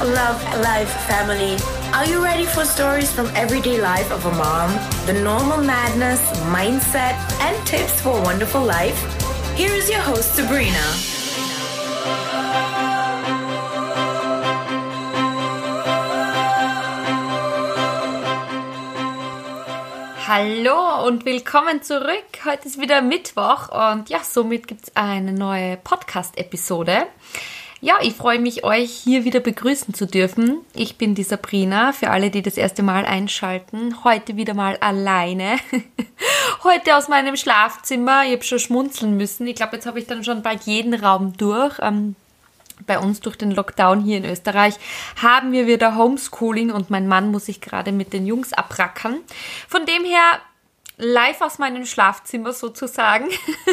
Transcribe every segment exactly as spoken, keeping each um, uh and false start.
love life, family. Are you ready for stories from everyday life of a mom? The normal madness, mindset, and tips for a wonderful life? Here is your host, Sabrina. Hallo und willkommen zurück. Heute ist wieder Mittwoch und ja, somit gibt es eine neue Podcast-Episode. Ja, ich freue mich, euch hier wieder begrüßen zu dürfen. Ich bin die Sabrina, für alle, die das erste Mal einschalten. Heute wieder mal alleine. Heute aus meinem Schlafzimmer. Ich habe schon schmunzeln müssen. Ich glaube, jetzt habe ich dann schon bald jeden Raum durch. Ähm, bei uns durch den Lockdown hier in Österreich haben wir wieder Homeschooling und mein Mann muss sich gerade mit den Jungs abrackern. Von dem her live aus meinem Schlafzimmer sozusagen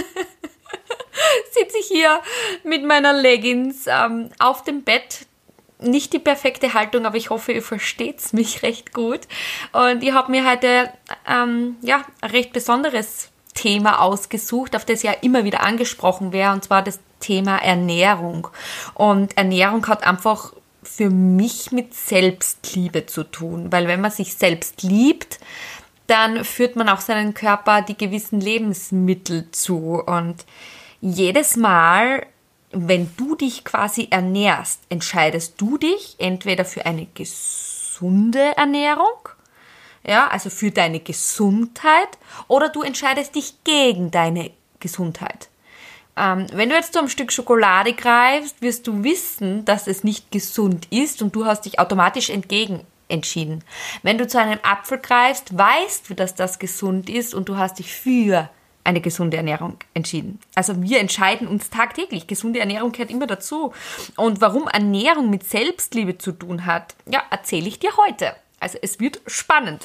sitze ich hier mit meiner Leggings ähm, auf dem Bett. Nicht die perfekte Haltung, aber ich hoffe, ihr versteht mich recht gut. Und ich habe mir heute ähm, ja, ein recht besonderes Thema ausgesucht, auf das ja immer wieder angesprochen wäre, und zwar das Thema Ernährung. Und Ernährung hat einfach für mich mit Selbstliebe zu tun, weil wenn man sich selbst liebt, dann führt man auch seinen Körper die gewissen Lebensmittel zu. Und jedes Mal, wenn du dich quasi ernährst, entscheidest du dich entweder für eine gesunde Ernährung, ja, also für deine Gesundheit, oder du entscheidest dich gegen deine Gesundheit. Ähm, wenn du jetzt zu einem Stück Schokolade greifst, wirst du wissen, dass es nicht gesund ist und du hast dich automatisch entgegen entschieden. Wenn du zu einem Apfel greifst, weißt du, dass das gesund ist und du hast dich für eine gesunde Ernährung entschieden. Also wir entscheiden uns tagtäglich. Gesunde Ernährung gehört immer dazu. Und warum Ernährung mit Selbstliebe zu tun hat, ja, erzähle ich dir heute. Also es wird spannend.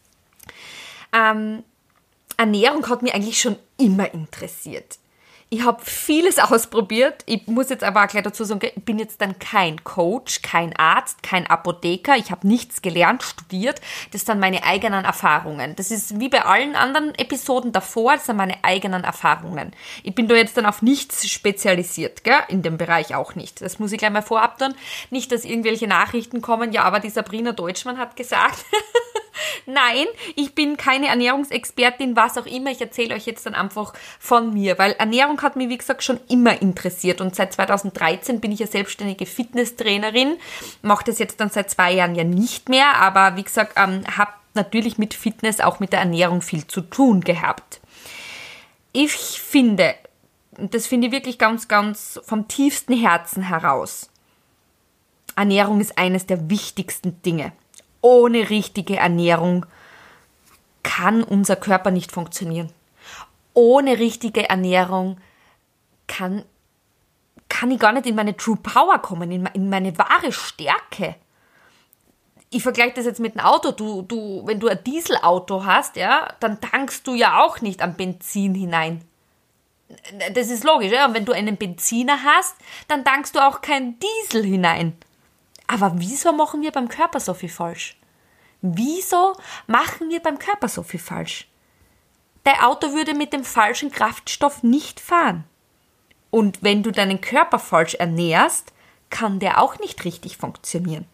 Ähm, Ernährung hat mich eigentlich schon immer interessiert. Ich habe vieles ausprobiert. Ich muss jetzt aber auch gleich dazu sagen, ich bin jetzt dann kein Coach, kein Arzt, kein Apotheker. Ich habe nichts gelernt, studiert. Das sind meine eigenen Erfahrungen. Das ist wie bei allen anderen Episoden davor, das sind meine eigenen Erfahrungen. Ich bin da jetzt dann auf nichts spezialisiert, gell? In dem Bereich auch nicht. Das muss ich gleich mal vorab tun. Nicht, dass irgendwelche Nachrichten kommen, ja, aber die Sabrina Deutschmann hat gesagt. Nein, ich bin keine Ernährungsexpertin, was auch immer. Ich erzähle euch jetzt dann einfach von mir, weil Ernährung hat mich, wie gesagt, schon immer interessiert und seit zweitausenddreizehn bin ich ja selbstständige Fitnesstrainerin, mache das jetzt dann seit zwei Jahren ja nicht mehr, aber wie gesagt, ähm, habe natürlich mit Fitness, auch mit der Ernährung viel zu tun gehabt. Ich finde, und das finde ich wirklich ganz, ganz vom tiefsten Herzen heraus, Ernährung ist eines der wichtigsten Dinge. Ohne richtige Ernährung kann unser Körper nicht funktionieren. Ohne richtige Ernährung kann, kann ich gar nicht in meine True Power kommen, in, in meine wahre Stärke. Ich vergleiche das jetzt mit einem Auto. Du, du, wenn du ein Dieselauto hast, ja, dann tankst du ja auch nicht am Benzin hinein. Das ist logisch, ja. Und wenn du einen Benziner hast, dann tankst du auch kein Diesel hinein. Aber wieso machen wir beim Körper so viel falsch? Wieso machen wir beim Körper so viel falsch? Dein Auto würde mit dem falschen Kraftstoff nicht fahren. Und wenn du deinen Körper falsch ernährst, kann der auch nicht richtig funktionieren.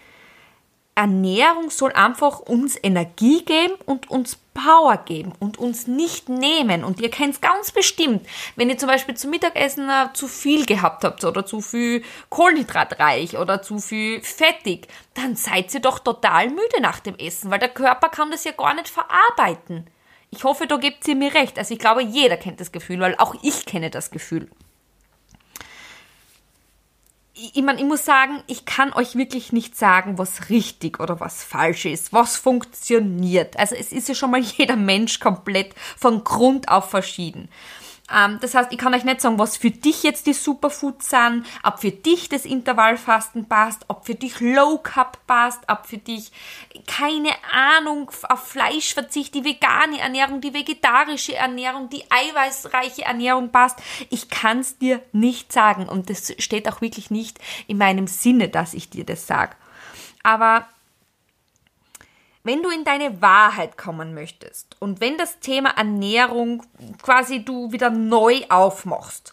Ernährung soll einfach uns Energie geben und uns Power geben und uns nicht nehmen. Und ihr kennt es ganz bestimmt, wenn ihr zum Beispiel zum Mittagessen äh, zu viel gehabt habt oder zu viel kohlenhydratreich oder zu viel fettig, dann seid ihr doch total müde nach dem Essen, weil der Körper kann das ja gar nicht verarbeiten. Ich hoffe, da gebt ihr mir recht. Also ich glaube, jeder kennt das Gefühl, weil auch ich kenne das Gefühl. Ich meine, ich muss sagen, ich kann euch wirklich nicht sagen, was richtig oder was falsch ist, was funktioniert. Also es ist ja schon mal jeder Mensch komplett von Grund auf verschieden. Ähm, das heißt, ich kann euch nicht sagen, was für dich jetzt die Superfoods sind, ob für dich das Intervallfasten passt, ob für dich Low Carb passt, ob für dich, keine Ahnung, auf Fleischverzicht, die vegane Ernährung, die vegetarische Ernährung, die eiweißreiche Ernährung passt. Ich kann es dir nicht sagen und das steht auch wirklich nicht in meinem Sinne, dass ich dir das sage. Aber wenn du in deine Wahrheit kommen möchtest und wenn das Thema Ernährung quasi du wieder neu aufmachst,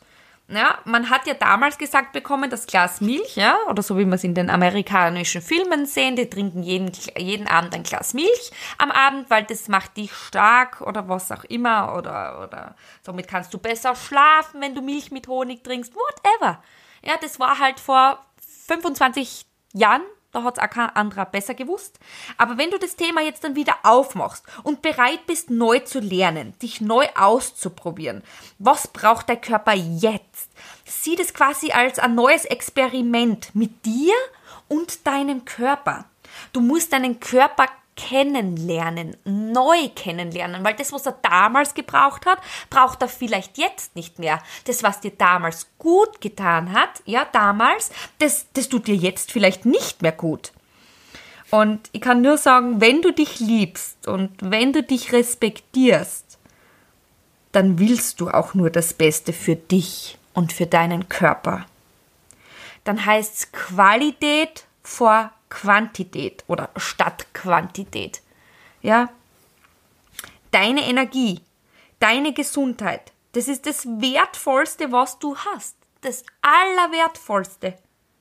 Ja, man hat ja damals gesagt bekommen, das Glas Milch, ja, oder so wie wir es in den amerikanischen Filmen sehen, die trinken jeden, jeden Abend ein Glas Milch am Abend, weil das macht dich stark oder was auch immer, oder, oder somit kannst du besser schlafen, wenn du Milch mit Honig trinkst, whatever. Ja, das war halt vor fünfundzwanzig Jahren, da hat es auch kein anderer besser gewusst. Aber wenn du das Thema jetzt dann wieder aufmachst und bereit bist, neu zu lernen, dich neu auszuprobieren, was braucht dein Körper jetzt? Sieh das quasi als ein neues Experiment mit dir und deinem Körper. Du musst deinen Körper kennenlernen, neu kennenlernen, weil das, was er damals gebraucht hat, braucht er vielleicht jetzt nicht mehr. Das, was dir damals gut getan hat, ja, damals, das, das tut dir jetzt vielleicht nicht mehr gut. Und ich kann nur sagen, wenn du dich liebst und wenn du dich respektierst, dann willst du auch nur das Beste für dich und für deinen Körper. Dann heißt es Qualität vor Quantität oder statt Quantität. Ja? Deine Energie, deine Gesundheit, das ist das Wertvollste, was du hast. Das Allerwertvollste.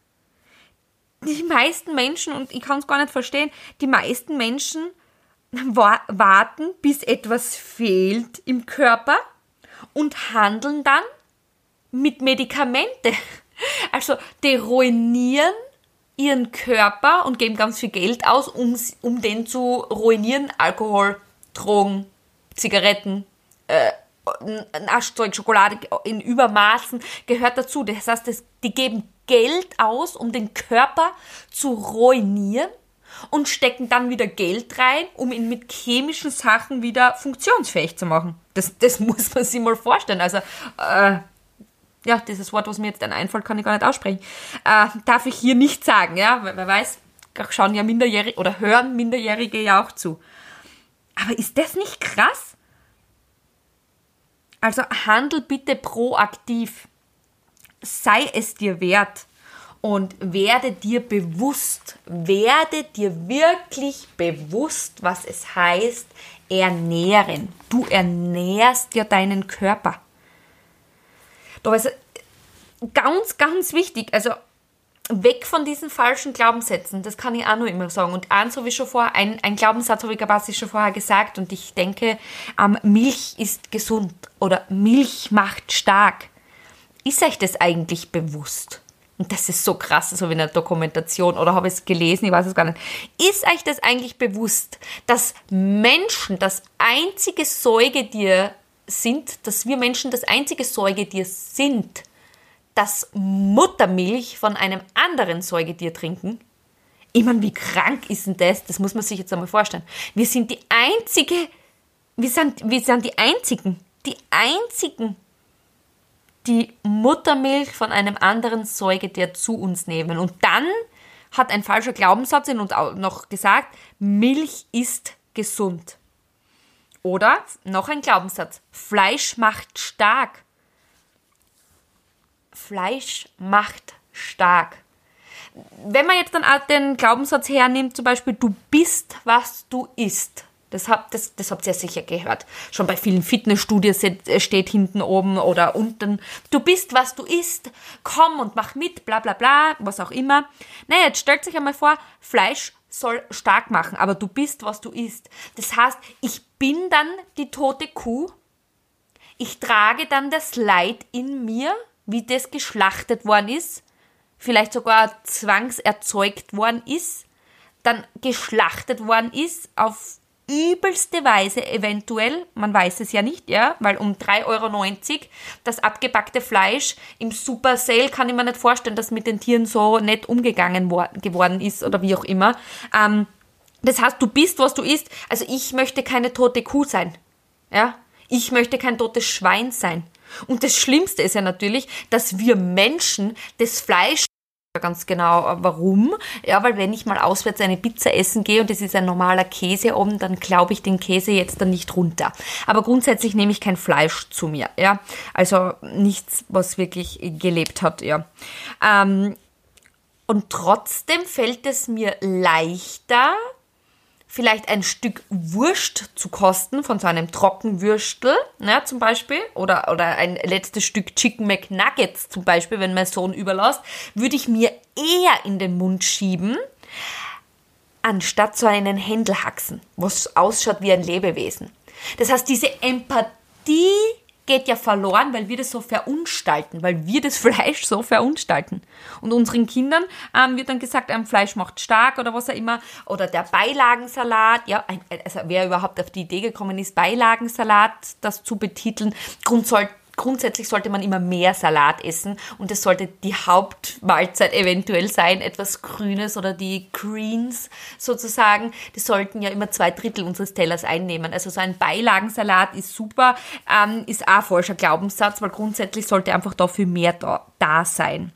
Die meisten Menschen, und ich kann es gar nicht verstehen, die meisten Menschen wa- warten, bis etwas fehlt im Körper und handeln dann mit Medikamente. Also die ruinieren ihren Körper und geben ganz viel Geld aus, um, um den zu ruinieren. Alkohol, Drogen, Zigaretten, äh, Naschzeug, Schokolade in Übermaßen gehört dazu. Das heißt, das, die geben Geld aus, um den Körper zu ruinieren und stecken dann wieder Geld rein, um ihn mit chemischen Sachen wieder funktionsfähig zu machen. Das, das muss man sich mal vorstellen. Also, äh, ja, dieses Wort, was mir jetzt dann einfällt, kann ich gar nicht aussprechen. Äh, darf ich hier nicht sagen, ja, weil wer weiß, schauen ja Minderjährige oder hören Minderjährige ja auch zu. Aber ist das nicht krass? Also handel bitte proaktiv. Sei es dir wert und werde dir bewusst, werde dir wirklich bewusst, was es heißt, ernähren. Du ernährst ja deinen Körper. Da ist ganz, ganz wichtig, also weg von diesen falschen Glaubenssätzen, das kann ich auch noch immer sagen. Und eins habe ich schon vorher, ein, ein Glaubenssatz habe ich quasi schon vorher gesagt und ich denke, ähm, Milch ist gesund oder Milch macht stark. Ist euch das eigentlich bewusst? Und das ist so krass, so wie in einer Dokumentation, oder habe ich es gelesen, ich weiß es gar nicht. Ist euch das eigentlich bewusst, dass Menschen das einzige Säugetier sind, dass wir Menschen das einzige Säugetier sind, das Muttermilch von einem anderen Säugetier trinken? Ich meine, wie krank ist denn das? Das muss man sich jetzt einmal vorstellen. Wir sind die einzige, wir sind, wir sind die einzigen, die einzigen, die Muttermilch von einem anderen Säugetier zu uns nehmen. Und dann hat ein falscher Glaubenssatz in uns auch noch gesagt, Milch ist gesund. Oder noch ein Glaubenssatz, Fleisch macht stark. Fleisch macht stark. Wenn man jetzt dann auch den Glaubenssatz hernimmt, zum Beispiel, du bist, was du isst. Das habt, das, das habt ihr ja sicher gehört. Schon bei vielen Fitnessstudios steht hinten oben oder unten, du bist, was du isst, komm und mach mit, bla bla bla, was auch immer. Naja, jetzt stellt sich einmal vor, Fleisch soll stark machen, aber du bist, was du isst. Das heißt, ich bin dann die tote Kuh, ich trage dann das Leid in mir, wie das geschlachtet worden ist, vielleicht sogar zwangserzeugt worden ist, dann geschlachtet worden ist, auf übelste Weise eventuell, man weiß es ja nicht, ja, weil um drei Euro neunzig das abgepackte Fleisch im Super Sale, kann ich mir nicht vorstellen, dass mit den Tieren so nett umgegangen wo- geworden ist oder wie auch immer. Ähm, das heißt, du bist, was du isst. Also ich möchte keine tote Kuh sein, ja, ich möchte kein totes Schwein sein. Und das Schlimmste ist ja natürlich, dass wir Menschen das Fleisch, ganz genau, warum? Ja, weil wenn ich mal auswärts eine Pizza essen gehe und es ist ein normaler Käse oben, dann glaube ich den Käse jetzt dann nicht runter. Aber grundsätzlich nehme ich kein Fleisch zu mir, ja. Also nichts, was wirklich gelebt hat, ja. Ähm, und trotzdem fällt es mir leichter, vielleicht ein Stück Wurst zu kosten, von so einem Trockenwürstel, ne, zum Beispiel, oder, oder ein letztes Stück Chicken McNuggets zum Beispiel, wenn mein Sohn überlässt, würde ich mir eher in den Mund schieben, anstatt so einen Händelhaxen, was ausschaut wie ein Lebewesen. Das heißt, diese Empathie geht ja verloren, weil wir das so verunstalten, weil wir das Fleisch so verunstalten. Und unseren Kindern ähm, wird dann gesagt, ähm, Fleisch macht stark oder was auch immer. Oder der Beilagensalat, ja, ein, also wer überhaupt auf die Idee gekommen ist, Beilagensalat, das zu betiteln, Grund soll, grundsätzlich sollte man immer mehr Salat essen und es sollte die Hauptmahlzeit eventuell sein, etwas Grünes oder die Greens sozusagen. Die sollten ja immer zwei Drittel unseres Tellers einnehmen. Also so ein Beilagensalat ist super, ähm, ist auch falscher Glaubenssatz, weil grundsätzlich sollte einfach dafür mehr da, da sein.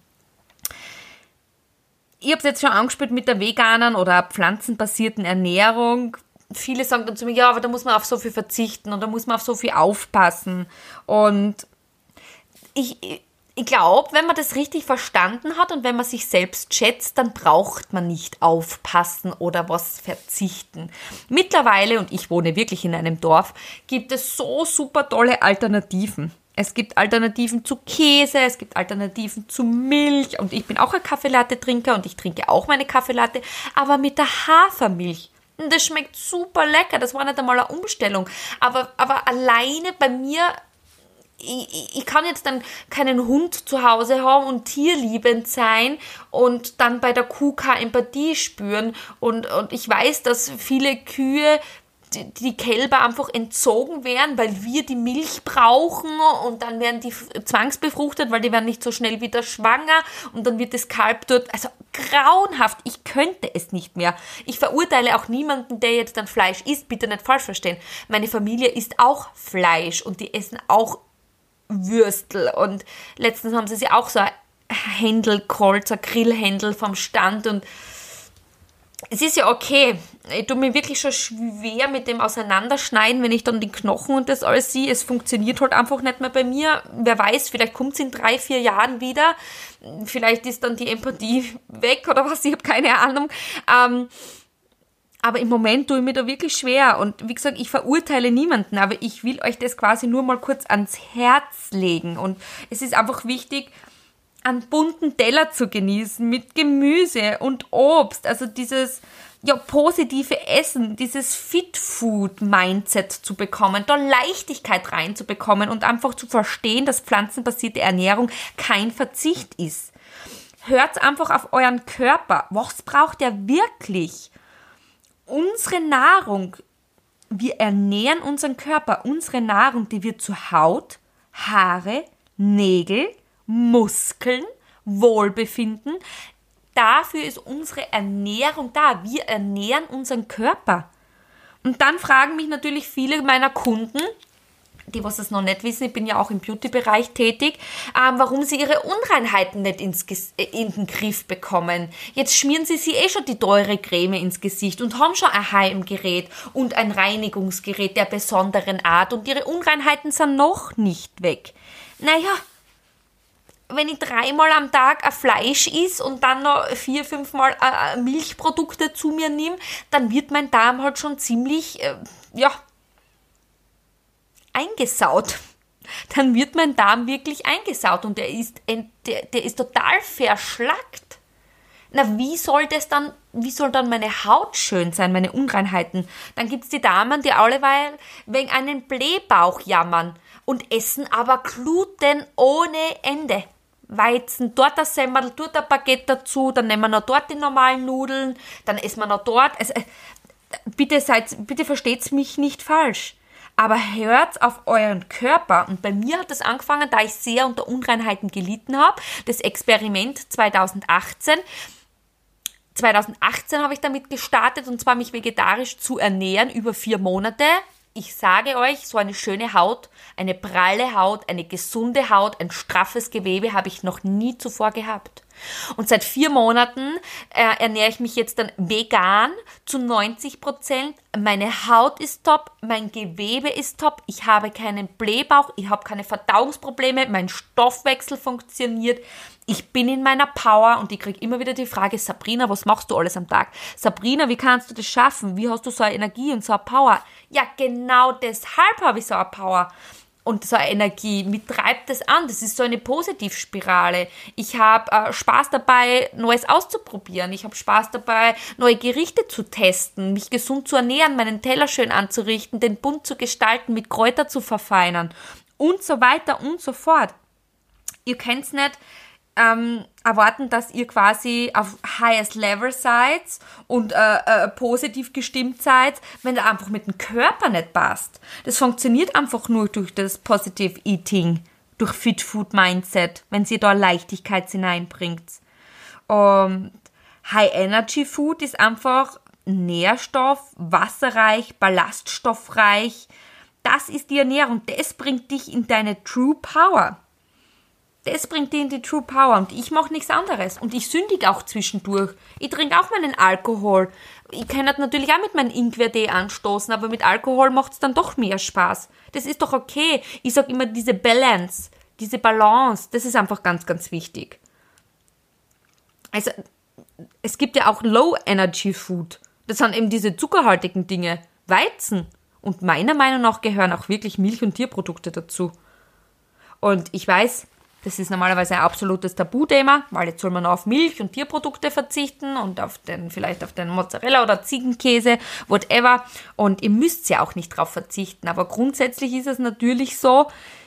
Ich habe es jetzt schon angespielt mit der veganen oder pflanzenbasierten Ernährung. Viele sagen dann zu mir, ja, aber da muss man auf so viel verzichten und da muss man auf so viel aufpassen. Und ich, ich glaube, wenn man das richtig verstanden hat und wenn man sich selbst schätzt, dann braucht man nicht aufpassen oder was verzichten. Mittlerweile, und ich wohne wirklich in einem Dorf, gibt es so super tolle Alternativen. Es gibt Alternativen zu Käse, es gibt Alternativen zu Milch und ich bin auch ein Kaffeelatte-Trinker und ich trinke auch meine Kaffeelatte, aber mit der Hafermilch. Das schmeckt super lecker, das war nicht einmal eine Umstellung. Aber, aber alleine bei mir, ich, ich kann jetzt dann keinen Hund zu Hause haben und tierliebend sein und dann bei der Kuh keine Empathie spüren. Und, und ich weiß, dass viele Kühe, die, die Kälber einfach entzogen werden, weil wir die Milch brauchen und dann werden die zwangsbefruchtet, weil die werden nicht so schnell wieder schwanger und dann wird das Kalb dort, also grauenhaft, ich könnte es nicht mehr. Ich verurteile auch niemanden, der jetzt dann Fleisch isst, bitte nicht falsch verstehen. Meine Familie isst auch Fleisch und die essen auch Würstel und letztens haben sie sich auch so ein Händel geholt, so ein Grillhändel vom Stand und es ist ja okay. Ich tue mir wirklich schon schwer mit dem Auseinanderschneiden, wenn ich dann die Knochen und das alles sehe. Es funktioniert halt einfach nicht mehr bei mir. Wer weiß, vielleicht kommt es in drei, vier Jahren wieder. Vielleicht ist dann die Empathie weg oder was, ich habe keine Ahnung. Ähm, aber im Moment tue ich mir da wirklich schwer. Und wie gesagt, ich verurteile niemanden, aber ich will euch das quasi nur mal kurz ans Herz legen. Und es ist einfach wichtig, einen bunten Teller zu genießen mit Gemüse und Obst, also dieses ja, positive Essen, dieses Fit-Food-Mindset zu bekommen, da Leichtigkeit reinzubekommen und einfach zu verstehen, dass pflanzenbasierte Ernährung kein Verzicht ist. Hört einfach auf euren Körper. Was braucht er wirklich? Unsere Nahrung, wir ernähren unseren Körper, unsere Nahrung, die wird zu Haut, Haare, Nägel, Muskeln, Wohlbefinden. Dafür ist unsere Ernährung da. Wir ernähren unseren Körper. Und dann fragen mich natürlich viele meiner Kunden, die was es noch nicht wissen, ich bin ja auch im Beauty-Bereich tätig, ähm, warum sie ihre Unreinheiten nicht ins Ges- äh, in den Griff bekommen. Jetzt schmieren sie sich eh schon die teure Creme ins Gesicht und haben schon ein Heimgerät und ein Reinigungsgerät der besonderen Art und ihre Unreinheiten sind noch nicht weg. Naja, wenn ich dreimal am Tag ein Fleisch esse und dann noch vier, fünfmal äh, Milchprodukte zu mir nehme, dann wird mein Darm halt schon ziemlich, äh, ja, eingesaut. Dann wird mein Darm wirklich eingesaut und der ist, der, der ist total verschlackt. Na, wie soll das dann, wie soll dann meine Haut schön sein, meine Unreinheiten? Dann gibt's die Damen, die alleweil wegen einen Blähbauch jammern und essen aber Gluten ohne Ende. Weizen, dort ein Semmel, dort ein Baguette dazu, dann nehmen wir noch dort die normalen Nudeln, dann essen wir noch dort. Also, bitte seid, bitte versteht's mich nicht falsch. Aber hört auf euren Körper. Und bei mir hat das angefangen, da ich sehr unter Unreinheiten gelitten habe. Das Experiment zweitausendachtzehn. zweitausendachtzehn habe ich damit gestartet, und zwar mich vegetarisch zu ernähren über vier Monate. Ich sage euch, so eine schöne Haut, eine pralle Haut, eine gesunde Haut, ein straffes Gewebe habe ich noch nie zuvor gehabt. Und seit vier Monaten äh, ernähre ich mich jetzt dann vegan zu neunzig Prozent. Meine Haut ist top, mein Gewebe ist top, ich habe keinen Blähbauch, ich habe keine Verdauungsprobleme, mein Stoffwechsel funktioniert. Ich bin in meiner Power und ich kriege immer wieder die Frage, Sabrina, was machst du alles am Tag? Sabrina, wie kannst du das schaffen? Wie hast du so eine Energie und so eine Power? Ja, genau deshalb habe ich so eine Power. Und so eine Energie, mich treibt das an. Das ist so eine Positivspirale. Ich habe äh, Spaß dabei, Neues auszuprobieren. Ich habe Spaß dabei, neue Gerichte zu testen, mich gesund zu ernähren, meinen Teller schön anzurichten, den bunt zu gestalten, mit Kräuter zu verfeinern und so weiter und so fort. Ihr könnt's nicht ähm, erwarten, dass ihr quasi auf highest level seid und äh, äh, positiv gestimmt seid, wenn ihr einfach mit dem Körper nicht passt. Das funktioniert einfach nur durch das Positive Eating, durch Fit Food Mindset, wenn ihr da Leichtigkeit hineinbringt. Und High Energy Food ist einfach nährstoff, wasserreich, ballaststoffreich. Das ist die Ernährung. Das bringt dich in deine True Power. Das bringt dich in die True Power und ich mache nichts anderes. Und ich sündige auch zwischendurch. Ich trinke auch meinen Alkohol. Ich kann das natürlich auch mit meinem Ingwer-Tee anstoßen, aber mit Alkohol macht es dann doch mehr Spaß. Das ist doch okay. Ich sage immer, diese Balance, diese Balance, das ist einfach ganz, ganz wichtig. Also, es gibt ja auch Low-Energy-Food. Das sind eben diese zuckerhaltigen Dinge. Weizen. Und meiner Meinung nach gehören auch wirklich Milch- und Tierprodukte dazu. Und ich weiß, das ist normalerweise ein absolutes Tabuthema, weil jetzt soll man auf Milch- und Tierprodukte verzichten und auf den, vielleicht auf den Mozzarella oder Ziegenkäse, whatever. Und ihr müsst ja auch nicht drauf verzichten. Aber grundsätzlich ist es natürlich so,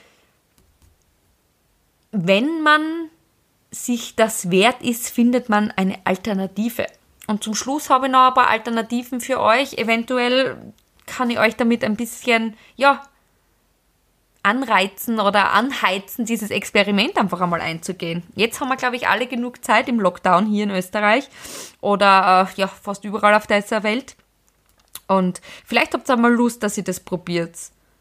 wenn man sich das wert ist, findet man eine Alternative. Und zum Schluss habe ich noch ein paar Alternativen für euch. Eventuell kann ich euch damit ein bisschen, ja, anreizen oder anheizen, dieses Experiment einfach einmal einzugehen. Jetzt haben wir, glaube ich, alle genug Zeit im Lockdown hier in Österreich oder äh, ja, fast überall auf dieser Welt. Und vielleicht habt ihr einmal Lust, dass ihr das probiert.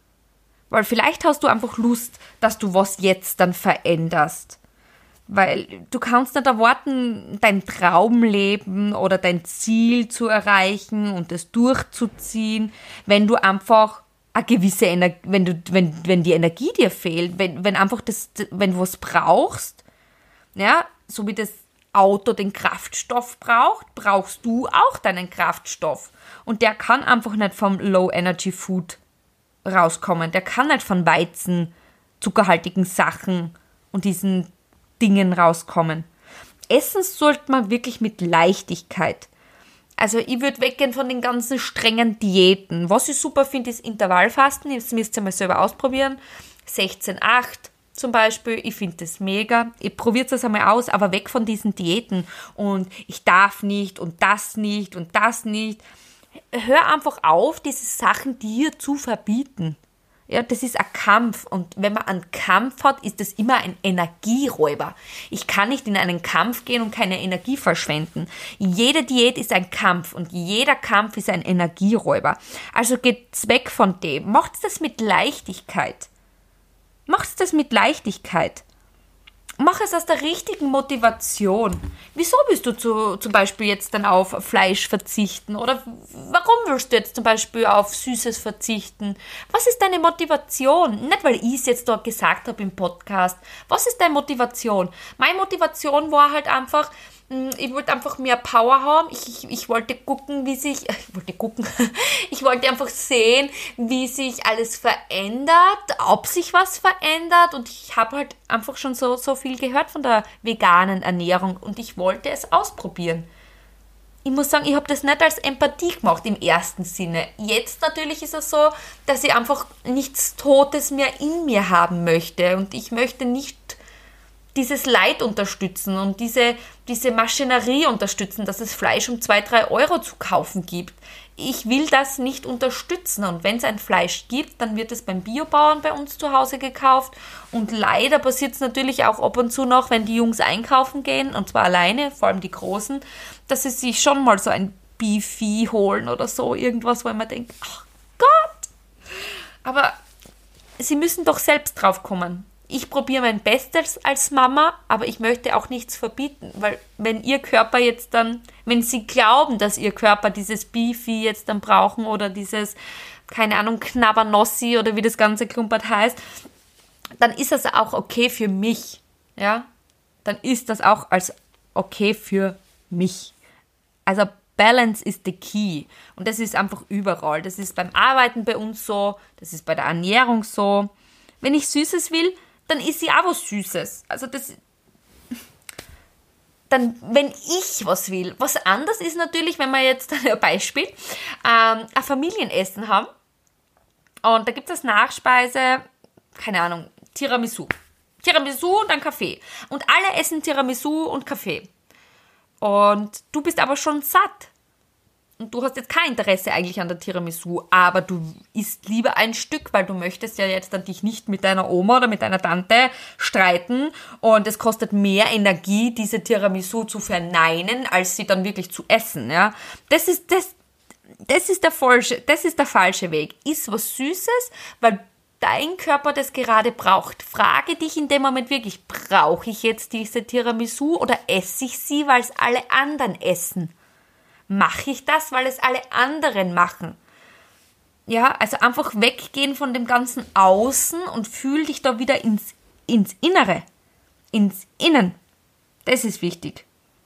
Weil vielleicht hast du einfach Lust, dass du was jetzt dann veränderst. Weil du kannst nicht erwarten, dein Traumleben oder dein Ziel zu erreichen und es durchzuziehen, wenn du einfach eine gewisse Energie, wenn du, wenn, wenn die Energie dir fehlt, wenn, wenn einfach das, wenn du was brauchst, ja, so wie das Auto den Kraftstoff braucht, brauchst du auch deinen Kraftstoff. Und der kann einfach nicht vom Low-Energy-Food rauskommen. Der kann nicht von Weizen, zuckerhaltigen Sachen und diesen Dingen rauskommen. Essen sollte man wirklich mit Leichtigkeit. Also ich würde weggehen von den ganzen strengen Diäten. Was ich super finde, ist Intervallfasten. Das müsst ihr mal selber ausprobieren. sechzehn acht zum Beispiel. Ich finde das mega. Ihr probiert das einmal aus, aber weg von diesen Diäten. Und ich darf nicht und das nicht und das nicht. Hör einfach auf, diese Sachen dir zu verbieten. Ja, das ist ein Kampf und wenn man einen Kampf hat, ist das immer ein Energieräuber. Ich kann nicht in einen Kampf gehen und keine Energie verschwenden. Jede Diät ist ein Kampf und jeder Kampf ist ein Energieräuber. Also geht's weg von dem. Macht's das mit Leichtigkeit. Macht's das mit Leichtigkeit. Mach es aus der richtigen Motivation. Wieso willst du zu, zum Beispiel jetzt dann auf Fleisch verzichten? Oder warum willst du jetzt zum Beispiel auf Süßes verzichten? Was ist deine Motivation? Nicht, weil ich es jetzt dort gesagt habe im Podcast. Was ist deine Motivation? Meine Motivation war halt einfach, ich wollte einfach mehr Power haben. Ich, ich, ich wollte gucken, wie sich, ich wollte gucken, ich wollte einfach sehen, wie sich alles verändert, ob sich was verändert. Und ich habe halt einfach schon so, so viel gehört von der veganen Ernährung und ich wollte es ausprobieren. Ich muss sagen, ich habe das nicht als Empathie gemacht im ersten Sinne. Jetzt natürlich ist es so, dass ich einfach nichts Totes mehr in mir haben möchte und ich möchte nicht dieses Leid unterstützen und diese, diese Maschinerie unterstützen, dass es Fleisch um zwei, drei Euro zu kaufen gibt. Ich will das nicht unterstützen und wenn es ein Fleisch gibt, dann wird es beim Biobauern bei uns zu Hause gekauft und leider passiert es natürlich auch ab und zu noch, wenn die Jungs einkaufen gehen und zwar alleine, vor allem die Großen, dass sie sich schon mal so ein Beefy holen oder so, irgendwas, wo man denkt, ach Gott, aber sie müssen doch selbst drauf kommen. ich probiere mein Bestes als Mama, aber ich möchte auch nichts verbieten, weil wenn ihr Körper jetzt dann, wenn sie glauben, dass ihr Körper dieses Beefy jetzt dann brauchen oder dieses, keine Ahnung, Knabbernossi oder wie das ganze Klumpert heißt, dann ist das auch okay für mich, ja, dann ist das auch als okay für mich. Also Balance is the key und das ist einfach überall. Das ist beim Arbeiten bei uns so, das ist bei der Ernährung so. Wenn ich Süßes will, dann isst sie auch was Süßes. Also das, dann, wenn ich was will. Was anders ist natürlich, wenn wir jetzt ein Beispiel, ähm, ein Familienessen haben und da gibt es Nachspeise, keine Ahnung, Tiramisu. Tiramisu und dann Kaffee. Und alle essen Tiramisu und Kaffee. Und du bist aber schon satt. Und du hast jetzt kein Interesse eigentlich an der Tiramisu, aber du isst lieber ein Stück, weil du möchtest ja jetzt dann dich nicht mit deiner Oma oder mit deiner Tante streiten und es kostet mehr Energie, diese Tiramisu zu verneinen, als sie dann wirklich zu essen, ja. Das ist, das, das ist der falsche, das ist der falsche Weg. Iss was Süßes, weil dein Körper das gerade braucht. Frage dich in dem Moment wirklich, brauche ich jetzt diese Tiramisu oder esse ich sie, weil es alle anderen essen? Mache ich das, weil es alle anderen machen? Ja, also einfach weggehen von dem ganzen Außen und fühl dich da wieder ins, ins Innere, ins Innen. Das ist wichtig.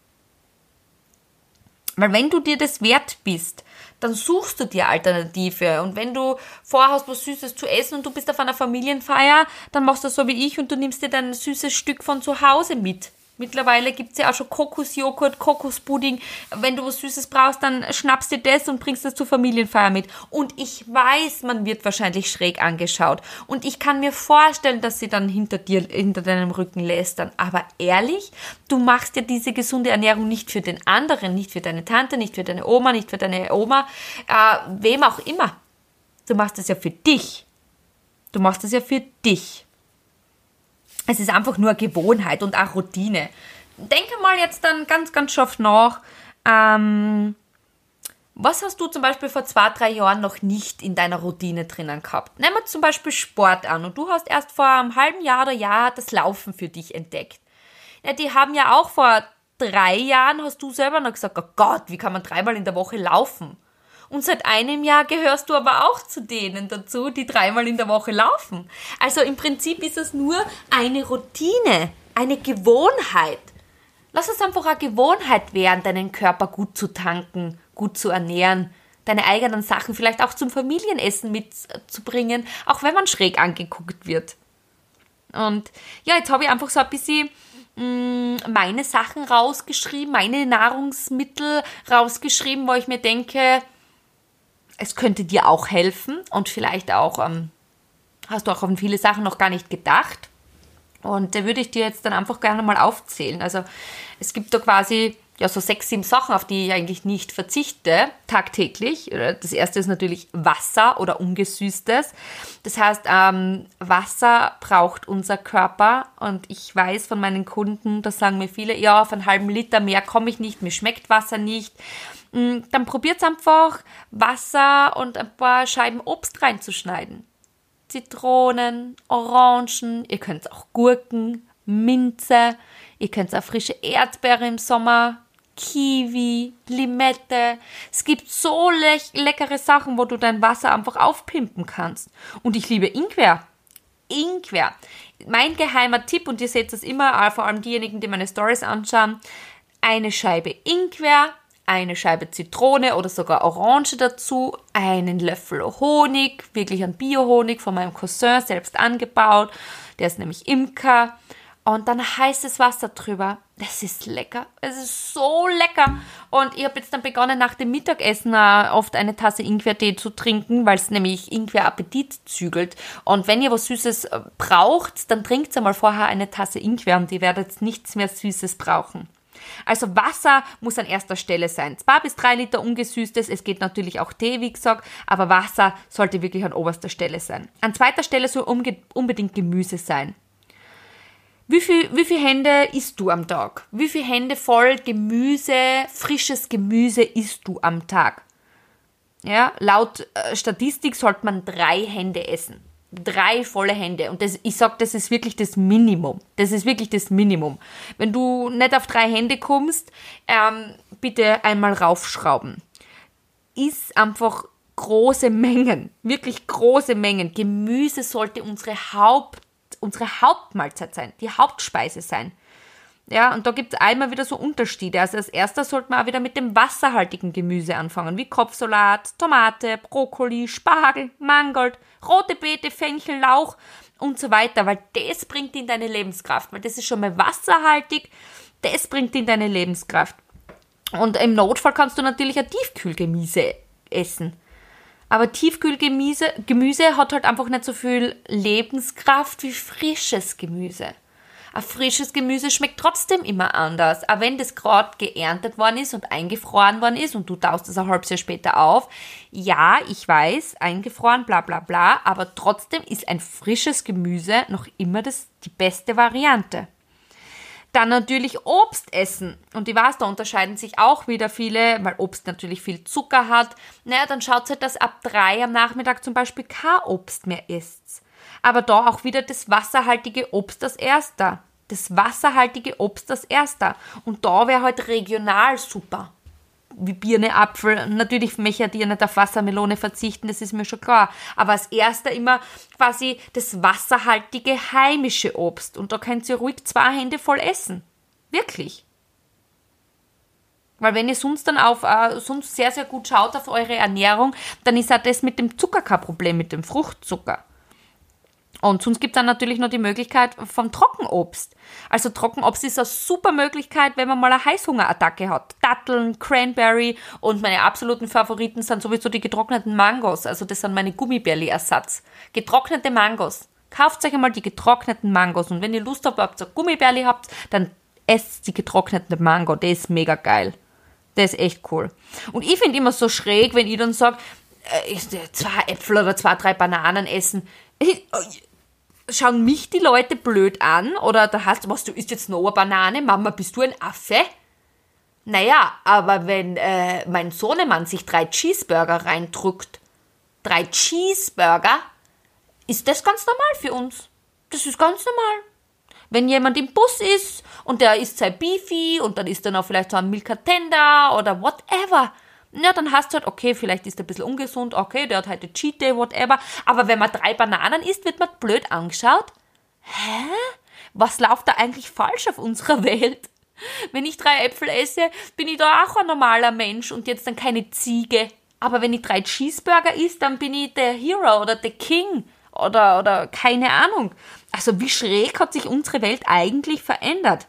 Weil wenn du dir das wert bist, dann suchst du dir Alternative. Und wenn du vorhast, was Süßes zu essen und du bist auf einer Familienfeier, dann machst du so wie ich und du nimmst dir dein süßes Stück von zu Hause mit. Mittlerweile gibt es ja auch schon Kokosjoghurt, Kokospudding. Wenn du was Süßes brauchst, dann schnappst du das und bringst das zur Familienfeier mit. Und ich weiß, man wird wahrscheinlich schräg angeschaut. Und ich kann mir vorstellen, dass sie dann hinter dir, hinter deinem Rücken lästern. Aber ehrlich, du machst ja diese gesunde Ernährung nicht für den anderen, nicht für deine Tante, nicht für deine Oma, nicht für deine Oma, äh, wem auch immer. Du machst es ja für dich. Du machst es ja für dich. Es ist einfach nur Gewohnheit und auch Routine. Denke mal jetzt dann ganz, ganz scharf nach, ähm, was hast du zum Beispiel vor zwei, drei Jahren noch nicht in deiner Routine drinnen gehabt? Nehmen wir zum Beispiel Sport an und du hast erst vor einem halben Jahr oder Jahr das Laufen für dich entdeckt. Ja, die haben ja auch vor drei Jahren, hast du selber noch gesagt, oh Gott, wie kann man dreimal in der Woche laufen? Und seit einem Jahr gehörst du aber auch zu denen dazu, die dreimal in der Woche laufen. Also im Prinzip ist es nur eine Routine, eine Gewohnheit. Lass es einfach eine Gewohnheit werden, deinen Körper gut zu tanken, gut zu ernähren, deine eigenen Sachen vielleicht auch zum Familienessen mitzubringen, auch wenn man schräg angeguckt wird. Und ja, jetzt habe ich einfach so ein bisschen mh, meine Sachen rausgeschrieben, meine Nahrungsmittel rausgeschrieben, wo ich mir denke, es könnte dir auch helfen und vielleicht auch ähm, hast du auch an viele Sachen noch gar nicht gedacht. Und da würde ich dir jetzt dann einfach gerne mal aufzählen. Also es gibt da quasi ja so sechs, sieben Sachen, auf die ich eigentlich nicht verzichte, tagtäglich. Das erste ist natürlich Wasser oder ungesüßtes. Das heißt, ähm, Wasser braucht unser Körper und ich weiß von meinen Kunden, da sagen mir viele, ja, auf einen halben Liter mehr komme ich nicht, mir schmeckt Wasser nicht. Dann probiert einfach Wasser und ein paar Scheiben Obst reinzuschneiden. Zitronen, Orangen, ihr könnt auch Gurken, Minze, ihr könnt auch frische Erdbeere im Sommer, Kiwi, Limette. Es gibt so le- leckere Sachen, wo du dein Wasser einfach aufpimpen kannst. Und ich liebe Ingwer. Ingwer. Mein geheimer Tipp, und ihr seht das immer, vor allem diejenigen, die meine Stories anschauen, eine Scheibe Ingwer, eine Scheibe Zitrone oder sogar Orange dazu, einen Löffel Honig, wirklich ein Bio-Honig von meinem Cousin, selbst angebaut, der ist nämlich Imker, und dann heißes Wasser drüber. Das ist lecker, es ist so lecker. Und ich habe jetzt dann begonnen, nach dem Mittagessen oft eine Tasse Ingwertee zu trinken, weil es nämlich Ingwer Appetit zügelt. Und wenn ihr was Süßes braucht, dann trinkt einmal vorher eine Tasse Ingwer und ihr werdet nichts mehr Süßes brauchen. Also Wasser muss an erster Stelle sein. Zwei bis drei Liter ungesüßtes, es geht natürlich auch Tee, wie gesagt, aber Wasser sollte wirklich an oberster Stelle sein. An zweiter Stelle soll umge- unbedingt Gemüse sein. Wie viel, wie viel Hände isst du am Tag? Wie viele Hände voll Gemüse, frisches Gemüse isst du am Tag? Ja, laut äh, Statistik sollte man drei Hände essen. drei volle Hände. Und das, ich sag, das ist wirklich das Minimum. Das ist wirklich das Minimum. Wenn du nicht auf drei Hände kommst, ähm, bitte einmal raufschrauben. Ist einfach große Mengen, wirklich große Mengen. Gemüse sollte unsere Haupt, unsere Hauptmahlzeit sein, die Hauptspeise sein. Ja, und da gibt es einmal wieder so Unterschiede. Also als erstes sollte man auch wieder mit dem wasserhaltigen Gemüse anfangen, wie Kopfsalat, Tomate, Brokkoli, Spargel, Mangold, rote Beete, Fenchel, Lauch und so weiter, weil das bringt in deine Lebenskraft, weil das ist schon mal wasserhaltig, das bringt in deine Lebenskraft. Und im Notfall kannst du natürlich ein Tiefkühlgemüse essen. Aber Tiefkühlgemüse Gemüse hat halt einfach nicht so viel Lebenskraft wie frisches Gemüse. Ein frisches Gemüse schmeckt trotzdem immer anders. Auch wenn das gerade geerntet worden ist und eingefroren worden ist und du taust es ein halbes Jahr später auf. Ja, ich weiß, eingefroren, bla bla bla, aber trotzdem ist ein frisches Gemüse noch immer das, die beste Variante. Dann natürlich Obst essen. Und ich weiß, da unterscheiden sich auch wieder viele, weil Obst natürlich viel Zucker hat. Naja, dann schaut halt, dass ab drei am Nachmittag zum Beispiel kein Obst mehr isst. Aber da auch wieder das wasserhaltige Obst als erster. Das wasserhaltige Obst als erster. Und da wäre halt regional super. Wie Birne, Apfel. Natürlich möchte ich ja nicht auf Wassermelone verzichten, das ist mir schon klar. Aber als erster immer quasi das wasserhaltige heimische Obst. Und da könnt ihr ruhig zwei Hände voll essen. Wirklich. Weil wenn ihr sonst dann auf, äh, sonst sehr, sehr gut schaut auf eure Ernährung, dann ist auch das mit dem Zucker kein Problem, mit dem Fruchtzucker. Und sonst gibt es dann natürlich noch die Möglichkeit vom Trockenobst. Also Trockenobst ist eine super Möglichkeit, wenn man mal eine Heißhungerattacke hat. Datteln, Cranberry und meine absoluten Favoriten sind sowieso die getrockneten Mangos. Also das sind meine Gummibärli-Ersatz. Getrocknete Mangos. Kauft euch einmal die getrockneten Mangos. Und wenn ihr Lust habt, ob ihr Gummibärli habt, dann esst die getrocknete Mango. Das ist mega geil. Das ist echt cool. Und ich finde immer so schräg, wenn ich dann sage, äh, zwei Äpfel oder zwei, drei Bananen essen. Ich, schauen mich die Leute blöd an oder da heißt, was, du isst jetzt noch eine Banane? Mama, bist du ein Affe? Naja, aber wenn äh, mein Sohnemann sich drei Cheeseburger reindrückt, drei Cheeseburger, ist das ganz normal für uns. Das ist ganz normal. Wenn jemand im Bus ist und der isst sein Beefy und dann isst er noch vielleicht so ein Milka Tender oder whatever, ja, dann hast du halt, okay, vielleicht ist er ein bisschen ungesund, okay, der hat heute Cheat Day, whatever. Aber wenn man drei Bananen isst, wird man blöd angeschaut. Hä? Was läuft da eigentlich falsch auf unserer Welt? Wenn ich drei Äpfel esse, bin ich da auch ein normaler Mensch und jetzt dann keine Ziege. Aber wenn ich drei Cheeseburger esse, dann bin ich der Hero oder der King oder, oder keine Ahnung. Also wie schräg hat sich unsere Welt eigentlich verändert?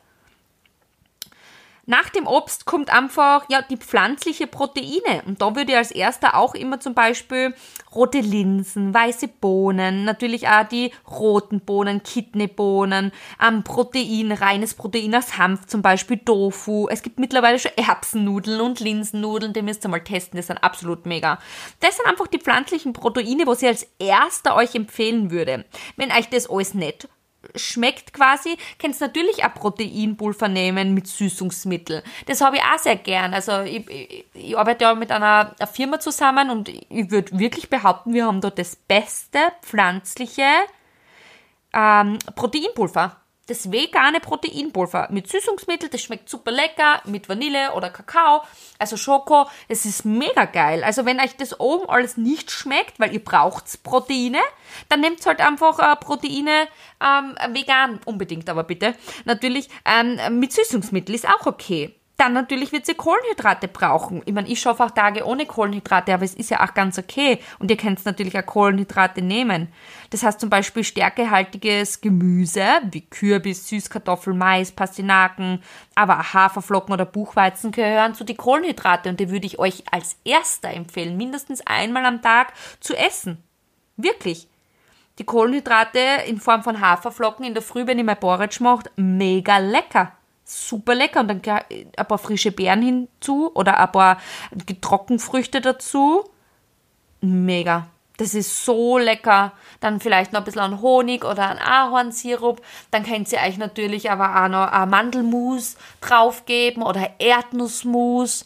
Nach dem Obst kommt einfach ja die pflanzliche Proteine und da würde ich als erster auch immer zum Beispiel rote Linsen, weiße Bohnen, natürlich auch die roten Bohnen, Kidneybohnen, ähm, Protein, reines Protein aus Hanf, zum Beispiel Tofu. Es gibt mittlerweile schon Erbsennudeln und Linsennudeln, die müsst ihr mal testen, die sind absolut mega. Das sind einfach die pflanzlichen Proteine, was ich als erster euch empfehlen würde. Wenn euch das alles nicht schmeckt quasi, könnt ihr natürlich auch Proteinpulver nehmen mit Süßungsmittel. Das habe ich auch sehr gern. Also ich, ich, ich arbeite ja mit einer, einer Firma zusammen und ich würde wirklich behaupten, wir haben dort das beste pflanzliche ähm, Proteinpulver. Das vegane Proteinpulver mit Süßungsmittel, das schmeckt super lecker, mit Vanille oder Kakao, also Schoko, es ist mega geil. Also wenn euch das oben alles nicht schmeckt, weil ihr braucht Proteine, dann nehmt halt einfach äh, Proteine ähm, vegan, unbedingt aber bitte. Natürlich ähm, mit Süßungsmittel ist auch okay. Dann natürlich wird sie Kohlenhydrate brauchen. Ich meine, ich schaffe auch Tage ohne Kohlenhydrate, aber es ist ja auch ganz okay. Und ihr könnt natürlich auch Kohlenhydrate nehmen. Das heißt zum Beispiel stärkehaltiges Gemüse, wie Kürbis, Süßkartoffeln, Mais, Pastinaken, aber auch Haferflocken oder Buchweizen gehören zu den Kohlenhydrate. Und die würde ich euch als erster empfehlen, mindestens einmal am Tag zu essen. Wirklich. Die Kohlenhydrate in Form von Haferflocken in der Früh, wenn ihr mal Porridge macht, mega lecker. Super lecker und dann ein paar frische Beeren hinzu oder ein paar Trockenfrüchte dazu. Mega. Das ist so lecker. Dann vielleicht noch ein bisschen an Honig oder an Ahornsirup. Dann könnt ihr euch natürlich aber auch noch ein Mandelmus draufgeben oder Erdnussmus.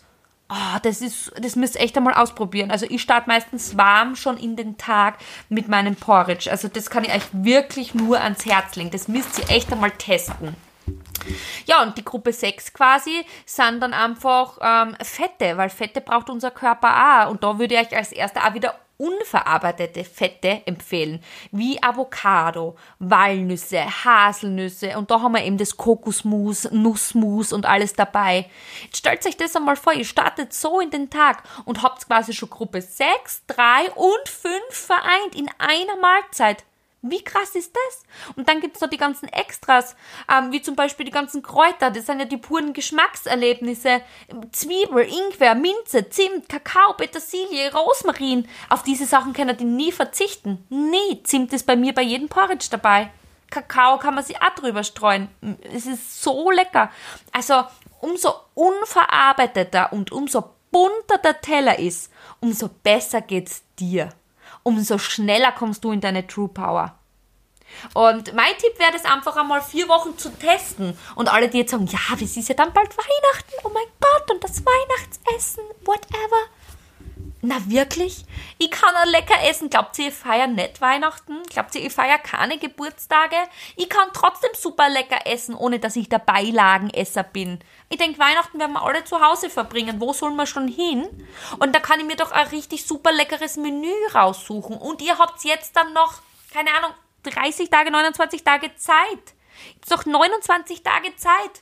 Oh, das ist, das müsst ihr echt einmal ausprobieren. Also ich starte meistens warm schon in den Tag mit meinem Porridge. Also das kann ich euch wirklich nur ans Herz legen. Das müsst ihr echt einmal testen. Ja, und die Gruppe sechs quasi sind dann einfach ähm, Fette, weil Fette braucht unser Körper auch. Und da würde ich euch als erster auch wieder unverarbeitete Fette empfehlen, wie Avocado, Walnüsse, Haselnüsse und da haben wir eben das Kokosmus, Nussmus und alles dabei. Jetzt stellt euch das einmal vor, ihr startet so in den Tag und habt quasi schon Gruppe sechs, drei und fünf vereint in einer Mahlzeit. Wie krass ist das? Und dann gibt's noch die ganzen Extras, ähm, wie zum Beispiel die ganzen Kräuter, das sind ja die puren Geschmackserlebnisse. Zwiebel, Ingwer, Minze, Zimt, Kakao, Petersilie, Rosmarin. Auf diese Sachen kann ich nie verzichten. Nee, Zimt ist bei mir bei jedem Porridge dabei. Kakao kann man sich auch drüber streuen. Es ist so lecker. Also umso unverarbeiteter und umso bunter der Teller ist, umso besser geht's dir. Umso schneller kommst du in deine True Power. Und mein Tipp wäre das einfach einmal vier Wochen zu testen. Und alle, die jetzt sagen, ja, es ist ja dann bald Weihnachten, oh mein Gott, und das Weihnachtsessen, whatever. Na wirklich? Ich kann auch lecker essen. Glaubt ihr, ich feiere nicht Weihnachten? Glaubt ihr, ich feiere keine Geburtstage? Ich kann trotzdem super lecker essen, ohne dass ich der Beilagenesser bin. Ich denke, Weihnachten werden wir alle zu Hause verbringen. Wo sollen wir schon hin? Und da kann ich mir doch ein richtig super leckeres Menü raussuchen. Und ihr habt jetzt dann noch, keine Ahnung, dreißig Tage, neunundzwanzig Tage Zeit. Jetzt noch neunundzwanzig Tage Zeit.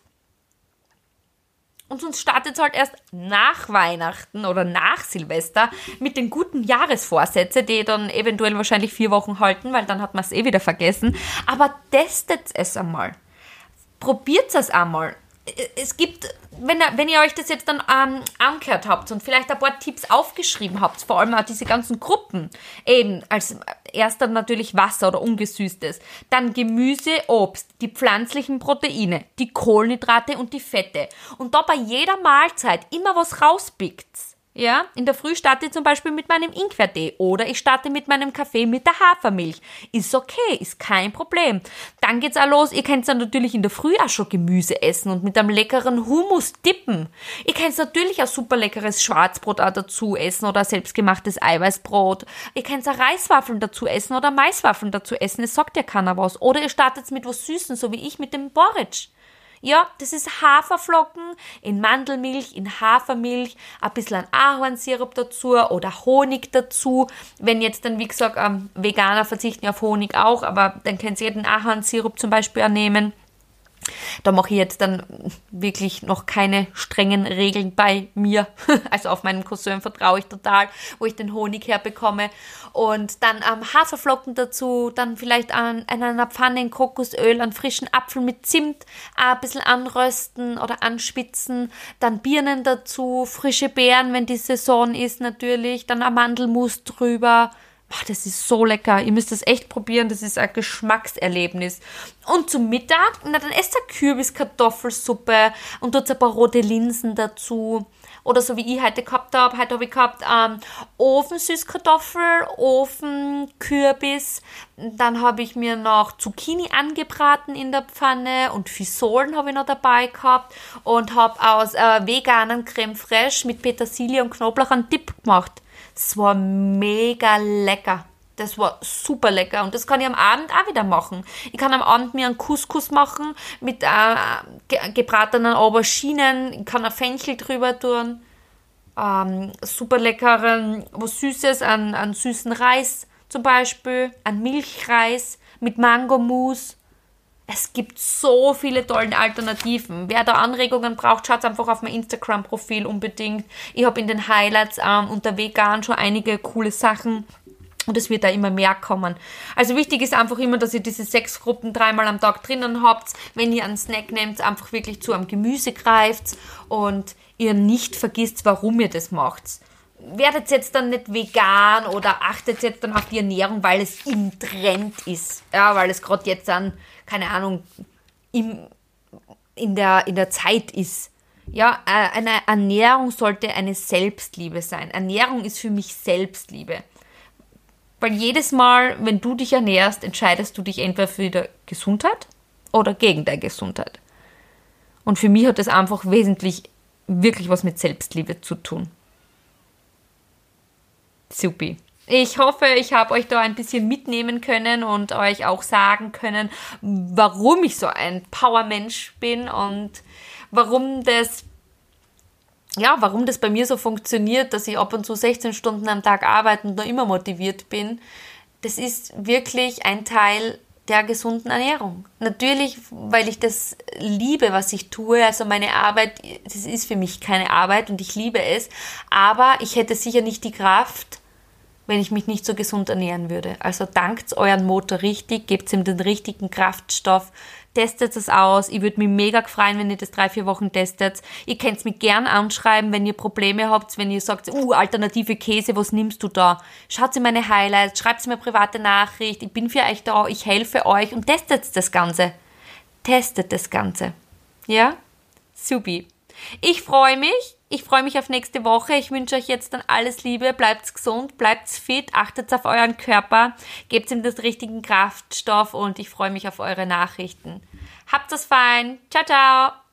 Und sonst startet es halt erst nach Weihnachten oder nach Silvester mit den guten Jahresvorsätzen, die dann eventuell wahrscheinlich vier Wochen halten, weil dann hat man es eh wieder vergessen. Aber testet es einmal. Probiert es einmal. Es gibt, wenn, wenn ihr euch das jetzt dann ähm, angehört habt und vielleicht ein paar Tipps aufgeschrieben habt, vor allem auch diese ganzen Gruppen, eben als erster natürlich Wasser oder Ungesüßtes, dann Gemüse, Obst, die pflanzlichen Proteine, die Kohlenhydrate und die Fette. Und da bei jeder Mahlzeit immer was rauspickt. Ja, in der Früh starte ich zum Beispiel mit meinem Ingwertee oder ich starte mit meinem Kaffee mit der Hafermilch. Ist okay, ist kein Problem. Dann geht's auch los, ihr könnt dann natürlich in der Früh auch schon Gemüse essen und mit einem leckeren Hummus dippen. Ihr könnt natürlich auch super leckeres Schwarzbrot auch dazu essen oder selbstgemachtes Eiweißbrot. Ihr könnt auch Reiswaffeln dazu essen oder Maiswaffeln dazu essen, es sagt ja keiner was. Oder ihr startet mit was Süßen, so wie ich mit dem Porridge. Ja, das ist Haferflocken in Mandelmilch, in Hafermilch, ein bisschen Ahornsirup dazu oder Honig dazu. Wenn jetzt dann, wie gesagt, ähm, Veganer verzichten auf Honig auch, aber dann könnt ihr den Ahornsirup zum Beispiel auch nehmen. Da mache ich jetzt dann wirklich noch keine strengen Regeln bei mir. Also auf meinen Cousin vertraue ich total, wo ich den Honig herbekomme. Und dann ähm, Haferflocken dazu, dann vielleicht an, an einer Pfanne in Kokosöl, einen frischen Apfel mit Zimt, ein bisschen anrösten oder anspitzen. Dann Birnen dazu, frische Beeren, wenn die Saison ist natürlich. Dann ein Mandelmus drüber. Ach, das ist so lecker. Ihr müsst das echt probieren. Das ist ein Geschmackserlebnis. Und zum Mittag, na dann esst ihr Kürbis-Kartoffelsuppe und tut ein paar rote Linsen dazu. Oder so wie ich heute gehabt habe. Heute habe ich gehabt ähm, Ofensüßkartoffel, Ofenkürbis. Dann habe ich mir noch Zucchini angebraten in der Pfanne und Fisolen habe ich noch dabei gehabt. Und habe aus äh, veganen Creme Fraiche mit Petersilie und Knoblauch einen Dip gemacht. Das war mega lecker. Das war super lecker. Und das kann ich am Abend auch wieder machen. Ich kann am Abend mir einen Couscous machen mit äh, ge- gebratenen Auberginen. Ich kann ein Fenchel drüber tun. Ähm, super leckeren, was Süßes, an, an süßen Reis zum Beispiel. An Milchreis mit Mangomousse. Es gibt so viele tolle Alternativen. Wer da Anregungen braucht, schaut einfach auf mein Instagram-Profil unbedingt. Ich habe in den Highlights ähm, unter vegan schon einige coole Sachen und es wird da immer mehr kommen. Also wichtig ist einfach immer, dass ihr diese sechs Gruppen dreimal am Tag drinnen habt. Wenn ihr einen Snack nehmt, einfach wirklich zu einem Gemüse greift und ihr nicht vergisst, warum ihr das macht. Werdet jetzt dann nicht vegan oder achtet jetzt dann auf die Ernährung, weil es im Trend ist. Ja, weil es gerade jetzt dann, keine Ahnung, im, in, der, in der Zeit ist. Ja, eine Ernährung sollte eine Selbstliebe sein. Ernährung ist für mich Selbstliebe. Weil jedes Mal, wenn du dich ernährst, entscheidest du dich entweder für die Gesundheit oder gegen deine Gesundheit. Und für mich hat das einfach wesentlich wirklich was mit Selbstliebe zu tun. Supi. Ich hoffe, ich habe euch da ein bisschen mitnehmen können und euch auch sagen können, warum ich so ein Powermensch bin und warum das, ja, warum das bei mir so funktioniert, dass ich ab und zu sechzehn Stunden am Tag arbeite und noch immer motiviert bin. Das ist wirklich ein Teil der gesunden Ernährung. Natürlich, weil ich das liebe, was ich tue. Also meine Arbeit, das ist für mich keine Arbeit und ich liebe es. Aber ich hätte sicher nicht die Kraft, wenn ich mich nicht so gesund ernähren würde. Also dankt euren Motor richtig, gebt ihm den richtigen Kraftstoff, testet es aus. Ich würde mich mega freuen, wenn ihr das drei, vier Wochen testet. Ihr könnt es mich gern anschreiben, wenn ihr Probleme habt, wenn ihr sagt, uh, alternative Käse, was nimmst du da? Schaut in meine Highlights, schreibt mir eine private Nachricht, ich bin für euch da, ich helfe euch und testet das Ganze. Testet das Ganze. Ja? Supi. Ich freue mich. Ich freue mich auf nächste Woche. Ich wünsche euch jetzt dann alles Liebe. Bleibt gesund, bleibt fit, achtet auf euren Körper, gebt ihm den richtigen Kraftstoff und ich freue mich auf eure Nachrichten. Habt es fein. Ciao, ciao.